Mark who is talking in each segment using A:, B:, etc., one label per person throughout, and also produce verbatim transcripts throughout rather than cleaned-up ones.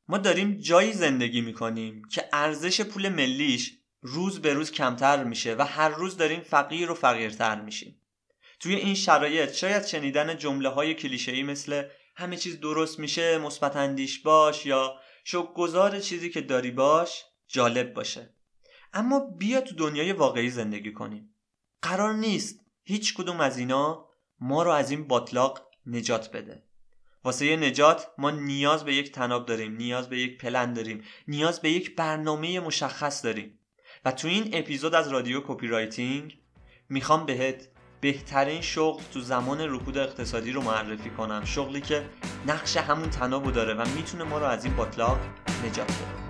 A: ما داریم جایی زندگی میکنیم که ارزش پول ملیش روز به روز کمتر میشه و هر روز داریم فقیر و فقیرتر میشیم. توی این شرایط شاید شنیدن جمله های کلیشه‌ای مثل همه چیز درست میشه، مثبت اندیش باش یا شکرگزار چیزی که داری باش جالب باشه. اما بیا تو دنیای واقعی زندگی کنیم. قرار نیست هیچ کدوم از اینا ما رو از این باطلاق نجات بده. واسه یه نجات ما نیاز به یک تناب داریم، نیاز به یک پلن داریم، نیاز به یک برنامه مشخص داریم. و تو این اپیزود از رادیو کپی رایتینگ میخوام بهت بهترین شغل تو زمان رکود اقتصادی رو معرفی کنم، شغلی که نقش همون تنابو داره و میتونه ما رو از این باطلاق نجات بده.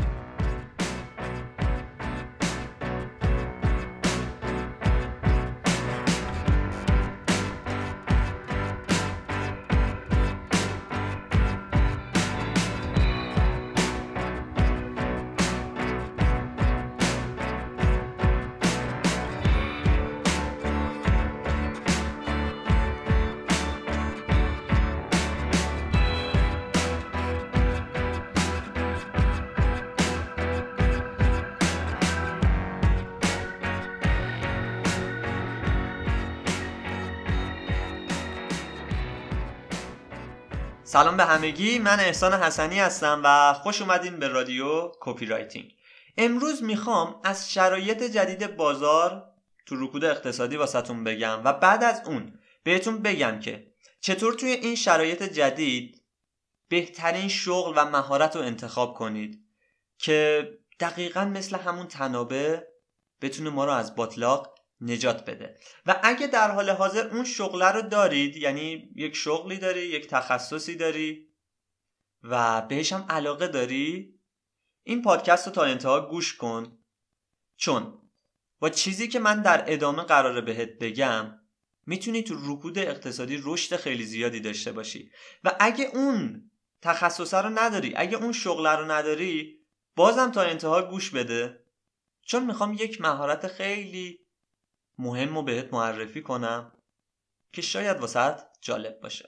A: سلام به همگی، من احسان حسنی هستم و خوش اومدین به رادیو کپی رایتینگ. امروز میخوام از شرایط جدید بازار تو رکود اقتصادی واسهتون بگم و بعد از اون بهتون بگم که چطور توی این شرایط جدید بهترین شغل و مهارت رو انتخاب کنید که دقیقاً مثل همون تنابه بتونه ما رو از باطلاق نجات بده. و اگه در حال حاضر اون شغله رو دارید، یعنی یک شغلی داری، یک تخصصی داری و بهش هم علاقه داری، این پادکست رو تا انتها گوش کن، چون با چیزی که من در ادامه قراره بهت بگم میتونی تو رکود اقتصادی رشد خیلی زیادی داشته باشی. و اگه اون تخصصه رو نداری، اگه اون شغله رو نداری، بازم تا انتها گوش بده، چون میخوام یک مهارت خیلی مهم رو بهت معرفی کنم که شاید واسهت جالب باشه.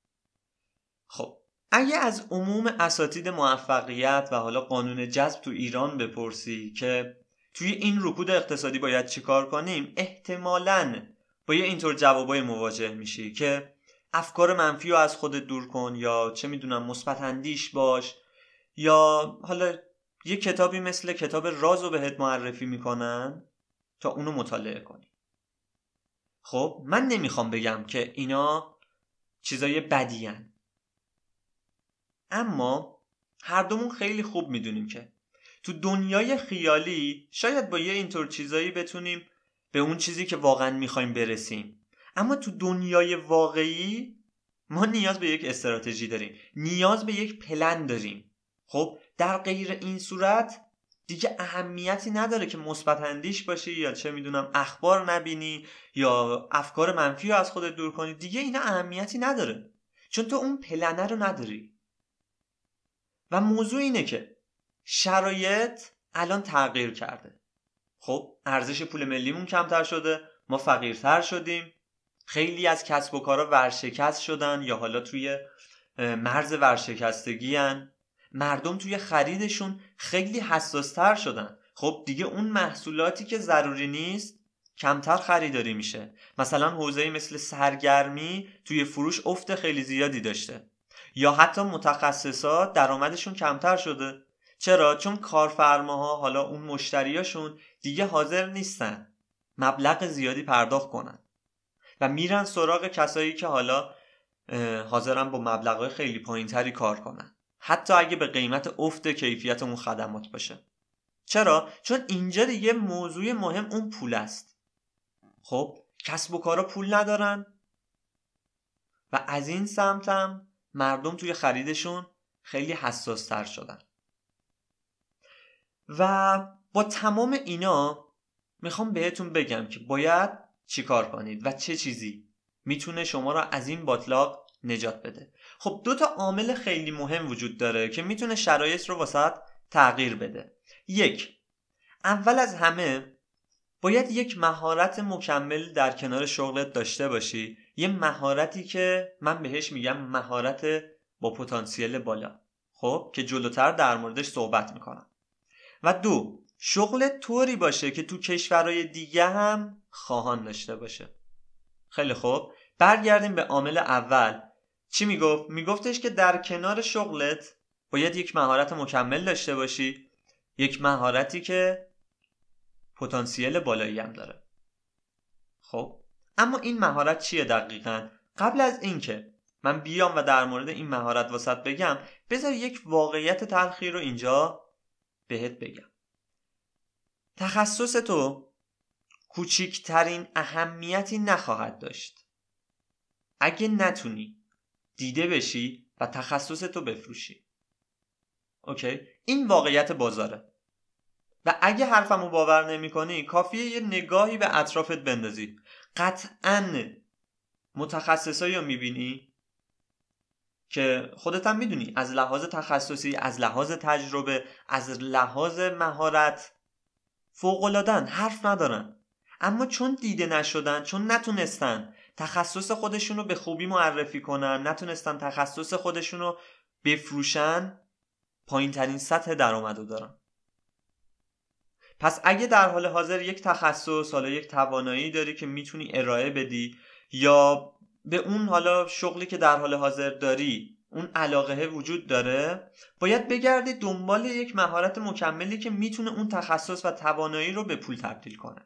A: خب اگه از عموم اساتید موفقیت و حالا قانون جذب تو ایران بپرسی که توی این رکود اقتصادی باید چی کار کنیم، احتمالاً با یه اینطور جوابای مواجه میشی که افکار منفی رو از خودت دور کن، یا چه میدونم مثبت اندیش باش، یا حالا یه کتابی مثل کتاب راز رو بهت معرفی میکنن تا اونو مطالعه کنی. خب من نمیخوام بگم که اینا چیزای بدی هن. اما هر دومون خیلی خوب میدونیم که تو دنیای خیالی شاید با یه اینطور چیزایی بتونیم به اون چیزی که واقعا میخوایم برسیم، اما تو دنیای واقعی ما نیاز به یک استراتژی داریم، نیاز به یک پلن داریم. خب در غیر این صورت دیگه اهمیتی نداره که مثبت اندیش باشی یا چه میدونم اخبار نبینی یا افکار منفی رو از خودت دور کنی. دیگه اینا اهمیتی نداره، چون تو اون پلنه رو نداری. و موضوع اینه که شرایط الان تغییر کرده. خب ارزش پول ملیمون کمتر شده، ما فقیرتر شدیم، خیلی از کسب و کارا ورشکست شدن یا حالا توی مرز ورشکستگی هن. مردم توی خریدشون خیلی حساستر شدن. خب دیگه اون محصولاتی که ضروری نیست کمتر خریداری میشه. مثلا حوزه‌ای مثل سرگرمی توی فروش افت خیلی زیادی داشته، یا حتی متخصصات درآمدشون کمتر شده. چرا؟ چون کارفرماها حالا اون مشتریاشون دیگه حاضر نیستن مبلغ زیادی پرداخت کنن و میرن سراغ کسایی که حالا حاضرن با مبلغ‌های خیلی پایینتری کار کنن، حتی اگه به قیمت افت کیفیت اون خدمات باشه. چرا؟ چون اینجا دیگه موضوع مهم اون پول است. خب کسب و کارا پول ندارن و از این سمت هم مردم توی خریدشون خیلی حساس تر شدن. و با تمام اینا میخوام بهتون بگم که باید چی کار کنید و چه چیزی میتونه شما را از این باطلاق نجات بده. خب دو تا عامل خیلی مهم وجود داره که میتونه شرایط رو واسط تغییر بده. یک، اول از همه باید یک مهارت مکمل در کنار شغلت داشته باشی، یه مهارتی که من بهش میگم مهارت با پتانسیل بالا. خب که جلوتر در موردش صحبت میکنم. و دو، شغل طوری باشه که تو کشورهای دیگه هم خواهان داشته باشه. خیلی خوب، برگردیم به عامل اول. چی میگفت؟ میگفتش که در کنار شغلت باید یک مهارت مکمل داشته باشی، یک مهارتی که پتانسیل بالایی هم داره. خب اما این مهارت چیه دقیقاً؟ قبل از اینکه من بیام و در مورد این مهارت واسط بگم، بذار یک واقعیت تلخی رو اینجا بهت بگم. تخصص تو کوچکترین اهمیتی نخواهد داشت اگه نتونی دیده بشی و تخصص تو بفروشی. اوکی؟ این واقعیت بازاره. و اگه حرفمو باور نمی کنی کافیه یه نگاهی به اطرافت بندازی. قطعاً متخصصایی رو میبینی که خودت هم میدونی از لحاظ تخصصی، از لحاظ تجربه، از لحاظ مهارت فوق‌العاده‌ان، حرف ندارن. اما چون دیده نشدن، چون نتونستن تخصص خودشونو به خوبی معرفی کنن، نتونستن تخصص خودشونو بفروشن، پایین ترین سطح درآمدو دارن. پس اگه در حال حاضر یک تخصص، حالا یک توانایی داری که میتونی ارائه بدی یا به اون حالا شغلی که در حال حاضر داری اون علاقه وجود داره، باید بگردی دنبال یک مهارت مکملی که میتونه اون تخصص و توانایی رو به پول تبدیل کنه.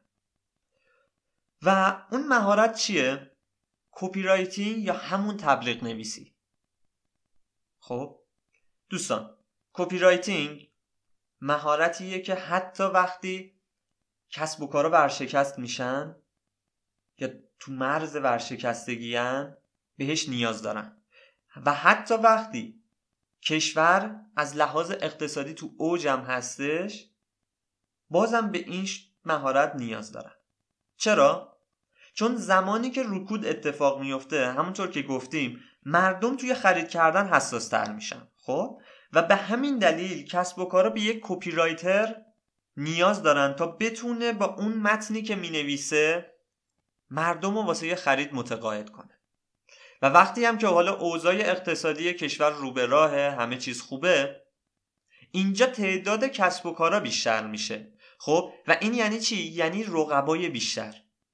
A: و اون مهارت چیه؟ کپی رایتینگ یا همون تبلیغ نویسی. خب دوستان، کپی رایتینگ مهارتیه که حتی وقتی کسب و کارا ورشکست میشن یا تو مرز ورشکستگیان بهش نیاز دارن و حتی وقتی کشور از لحاظ اقتصادی تو اوجم هستش بازم به این مهارت نیاز دارن. چرا؟ چون زمانی که رکود اتفاق میفته، همونطور که گفتیم، مردم توی خرید کردن حساس تر میشن. خب و به همین دلیل کسب و کارا به یک کپی رایتر نیاز دارن تا بتونه با اون متنی که مینویسه مردم رو واسه یه خرید متقاعد کنه. و وقتی هم که حالا اوضاع اقتصادی کشور رو به راهه، همه چیز خوبه، اینجا تعداد کسب و کارا بیشتر میشه. خب و این یعنی چی؟ یعنی رقبای بیشتر.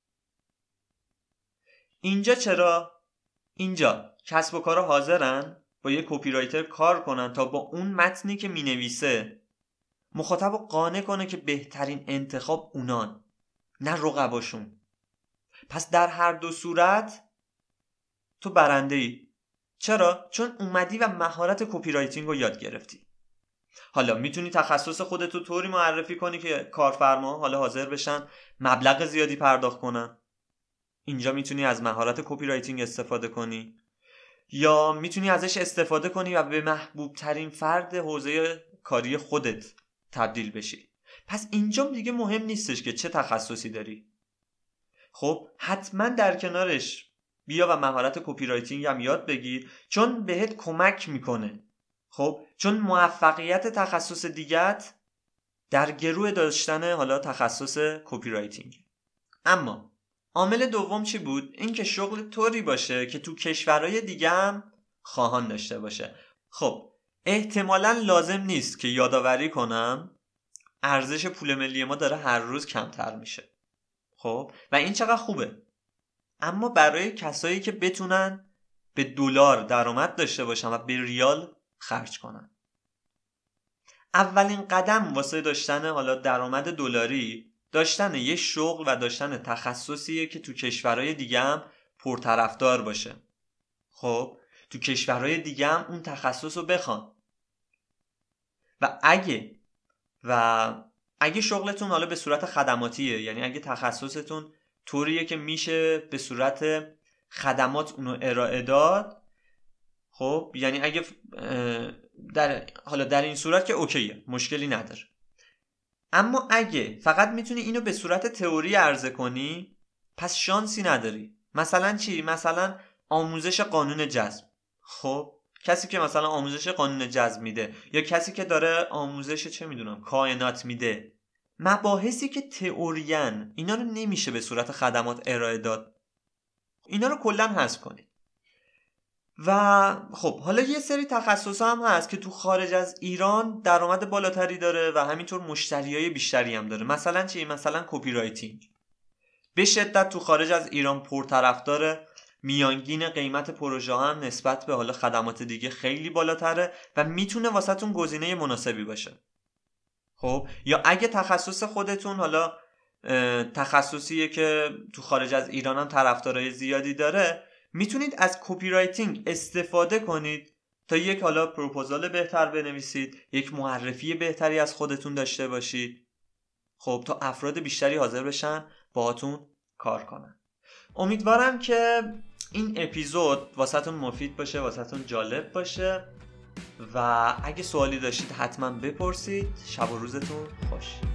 A: اینجا چرا؟ اینجا کسب و کارا حاضرن با یه کپی رایتر کار کنن تا با اون متنی که مینویسه مخاطب رو قانع کنه که بهترین انتخاب اونان، نه رقباشون. پس در هر دو صورت تو برنده ای. چرا؟ چون اومدی و مهارت کپی رایتینگ رو یاد گرفتی. حالا میتونی تخصص خودتو طوری معرفی کنی که کارفرما حالا حاضر بشن مبلغ زیادی پرداخت کنن. اینجا میتونی از مهارت کپی رایتینگ استفاده کنی یا میتونی ازش استفاده کنی و به محبوب ترین فرد حوزه کاری خودت تبدیل بشی. پس اینجا دیگه مهم نیستش که چه تخصصی داری. خب حتما در کنارش بیا و مهارت کپی رایتینگ هم یاد بگیر، چون بهت کمک میکنه. خب چون موفقیت تخصص دیگت در گروه داشتن حالا تخصص کپی رایتینگ. اما عامل دوم چی بود؟ این که شغل طوری باشه که تو کشورهای دیگه هم خواهان داشته باشه. خب احتمالاً لازم نیست که یادآوری کنم ارزش پول ملی ما داره هر روز کمتر میشه. خب و این چقدر خوبه. اما برای کسایی که بتونن به دلار درآمد داشته باشن و به ریال خرج کنن، اولین قدم واسه داشتن حالا درآمد دلاری داشتن یه شغل و داشتن تخصصیه که تو کشورهای دیگه هم پرطرفدار باشه. خب تو کشورهای دیگه هم اون تخصص رو بخوان و اگه و اگه شغلتون حالا به صورت خدماتیه، یعنی اگه تخصصتون طوریه که میشه به صورت خدمات اونو ارائه داد، خب یعنی اگه در حالا در این صورت که اوکیه، مشکلی نداره. اما اگه فقط میتونی اینو به صورت تئوری عرضه کنی، پس شانسی نداری. مثلا چی؟ مثلا آموزش قانون جذب. خب کسی که مثلا آموزش قانون جذب میده یا کسی که داره آموزش چه میدونم کائنات میده، مباحثی که تئوریان، اینا رو نمیشه به صورت خدمات ارائه داد. اینا رو کلا حذف کنید. و خب حالا یه سری تخصص هم هست که تو خارج از ایران درآمد بالاتری داره و همینطور مشتریای بیشتری هم داره. مثلا چی؟ مثلا کپی رایتینگ به شدت تو خارج از ایران پرطرفداره، میانگین قیمت پروژه هم نسبت به حالا خدمات دیگه خیلی بالاتره و میتونه واسهتون گزینه مناسبی باشه. خب یا اگه تخصص خودتون حالا تخصصیه که تو خارج از ایران هم طرفدارای زیادی داره، میتونید از کپی رایتینگ استفاده کنید تا یک حالا پروپوزال بهتر بنویسید، یک معرفی بهتری از خودتون داشته باشید، خب تا افراد بیشتری حاضر بشن باهاتون کار کنن. امیدوارم که این اپیزود واسهتون مفید باشه، واسهتون جالب باشه و اگه سوالی داشتید حتما بپرسید. شب و روزتون خوش.